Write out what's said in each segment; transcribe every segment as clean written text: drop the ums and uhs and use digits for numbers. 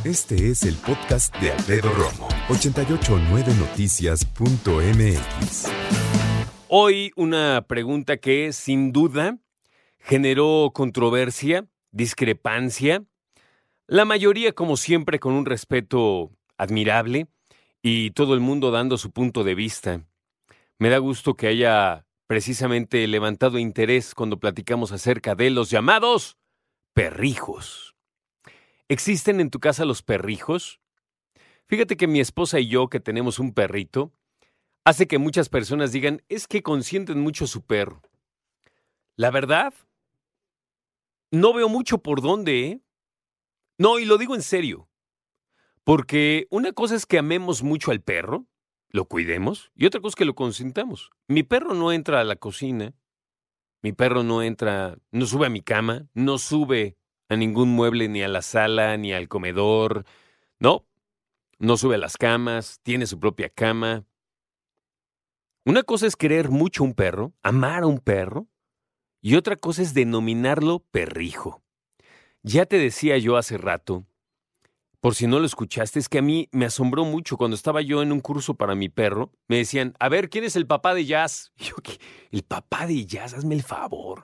Este es el podcast de Alfredo Romo, 889noticias.mx. Hoy una pregunta que sin duda generó controversia, discrepancia, la mayoría como siempre con un respeto admirable y todo el mundo dando su punto de vista. Me da gusto que haya precisamente levantado interés cuando platicamos acerca de los llamados perrijos. ¿Existen en tu casa los perrijos? Fíjate que mi esposa y yo, que tenemos un perrito, hace que muchas personas digan, es que consienten mucho a su perro. La verdad, no veo mucho por dónde, ¿eh? No, y lo digo en serio, porque una cosa es que amemos mucho al perro, lo cuidemos, y otra cosa es que lo consintamos. Mi perro no entra a la cocina, mi perro no sube a mi cama, no sube a ningún mueble, ni a la sala, ni al comedor, no sube a las camas, tiene su propia cama. Una cosa es querer mucho a un perro, amar a un perro, y otra cosa es denominarlo perrijo. Ya te decía yo hace rato, por si no lo escuchaste, es que a mí me asombró mucho cuando estaba yo en un curso para mi perro. Me decían, a ver, ¿quién es el papá de Jazz? Y yo, ¿qué? ¿El papá de Jazz? Hazme el favor.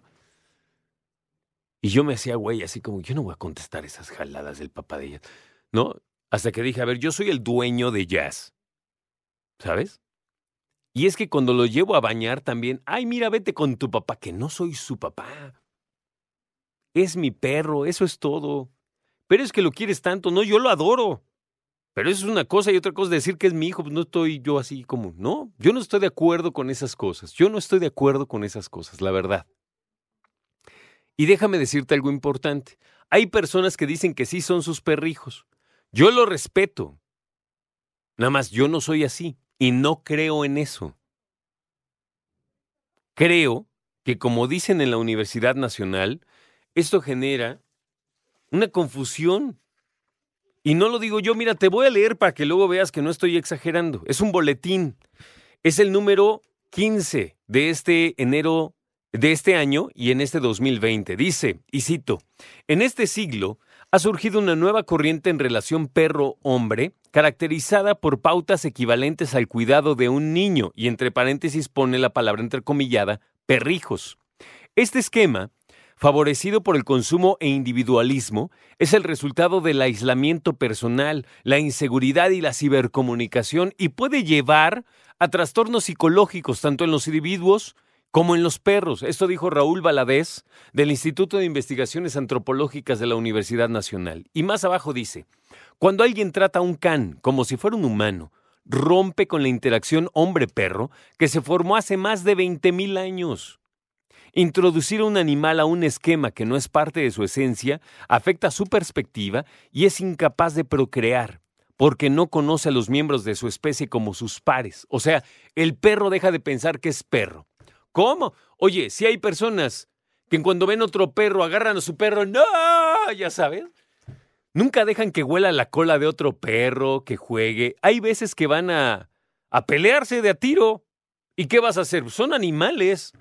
Y yo me hacía güey, así como, yo no voy a contestar esas jaladas del papá de Jazz, ¿no? Hasta que dije, a ver, yo soy el dueño de Jazz, ¿sabes? Y es que cuando lo llevo a bañar también, ay, mira, vete con tu papá, que no soy su papá. Es mi perro, eso es todo. Pero es que lo quieres tanto, no, yo lo adoro. Pero eso es una cosa y otra cosa es decir que es mi hijo, pues no estoy yo así como, no, yo no estoy de acuerdo con esas cosas. Yo no estoy de acuerdo con esas cosas, la verdad. Y déjame decirte algo importante. Hay personas que dicen que sí son sus perrijos. Yo lo respeto. Nada más yo no soy así y no creo en eso. Creo que, como dicen en la Universidad Nacional, esto genera una confusión. Y no lo digo yo, mira, te voy a leer para que luego veas que no estoy exagerando. Es un boletín. Es el número 15 de este enero de este año y en este 2020. Dice, y cito, en este siglo ha surgido una nueva corriente en relación perro-hombre caracterizada por pautas equivalentes al cuidado de un niño y entre paréntesis pone la palabra entrecomillada, perrijos. Este esquema, favorecido por el consumo e individualismo, es el resultado del aislamiento personal, la inseguridad y la cibercomunicación y puede llevar a trastornos psicológicos tanto en los individuos como en los perros. Esto dijo Raúl Valadez del Instituto de Investigaciones Antropológicas de la Universidad Nacional. Y más abajo dice, cuando alguien trata a un can como si fuera un humano, rompe con la interacción hombre-perro que se formó hace más de 20,000 años. Introducir a un animal a un esquema que no es parte de su esencia afecta su perspectiva y es incapaz de procrear, porque no conoce a los miembros de su especie como sus pares. O sea, el perro deja de pensar que es perro. ¿Cómo? Oye, si hay personas que cuando ven otro perro agarran a su perro, ¡no! Ya sabes. Nunca dejan que huela la cola de otro perro, que juegue. Hay veces que van a pelearse de a tiro. ¿Y qué vas a hacer? Son animales.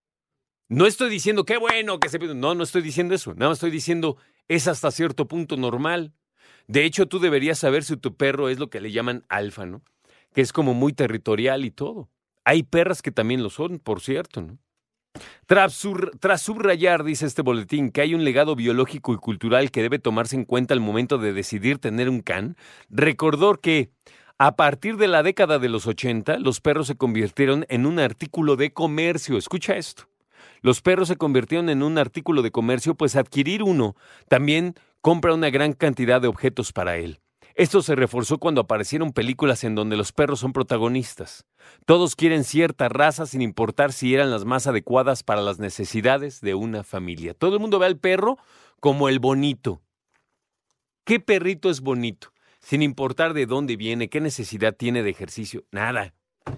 No estoy diciendo qué bueno que se... No estoy diciendo eso. Nada más estoy diciendo es hasta cierto punto normal. De hecho, tú deberías saber si tu perro es lo que le llaman alfa, ¿no? Que es como muy territorial y todo. Hay perras que también lo son, por cierto, ¿no? Tras subrayar, dice este boletín, que hay un legado biológico y cultural que debe tomarse en cuenta al momento de decidir tener un can, recordó que a partir de la década de los 80, los perros se convirtieron en un artículo de comercio. Escucha esto. Los perros se convirtieron en un artículo de comercio, pues adquirir uno también compra una gran cantidad de objetos para él. Esto se reforzó cuando aparecieron películas en donde los perros son protagonistas. Todos quieren cierta raza sin importar si eran las más adecuadas para las necesidades de una familia. Todo el mundo ve al perro como el bonito. ¿Qué perrito es bonito? Sin importar de dónde viene, qué necesidad tiene de ejercicio, nada.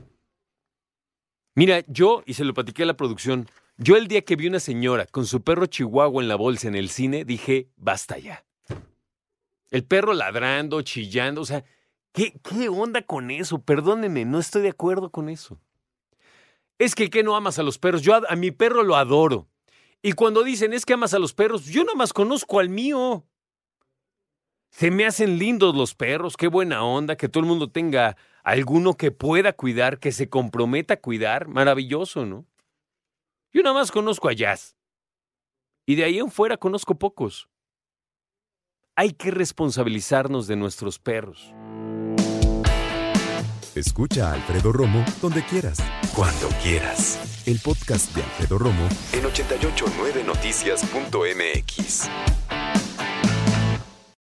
Mira, y se lo platiqué a la producción, yo el día que vi una señora con su perro chihuahua en la bolsa en el cine, dije, basta ya. El perro ladrando, chillando, o sea, ¿qué onda con eso? Perdónenme, no estoy de acuerdo con eso. Es que ¿qué no amas a los perros? Yo a mi perro lo adoro. Y cuando dicen, es que amas a los perros, yo nada más conozco al mío. Se me hacen lindos los perros, qué buena onda, que todo el mundo tenga alguno que pueda cuidar, que se comprometa a cuidar. Maravilloso, ¿no? Yo nada más conozco a Jazz. Y de ahí en fuera conozco pocos. Hay que responsabilizarnos de nuestros perros. Escucha a Alfredo Romo donde quieras, cuando quieras. El podcast de Alfredo Romo en 889noticias.mx.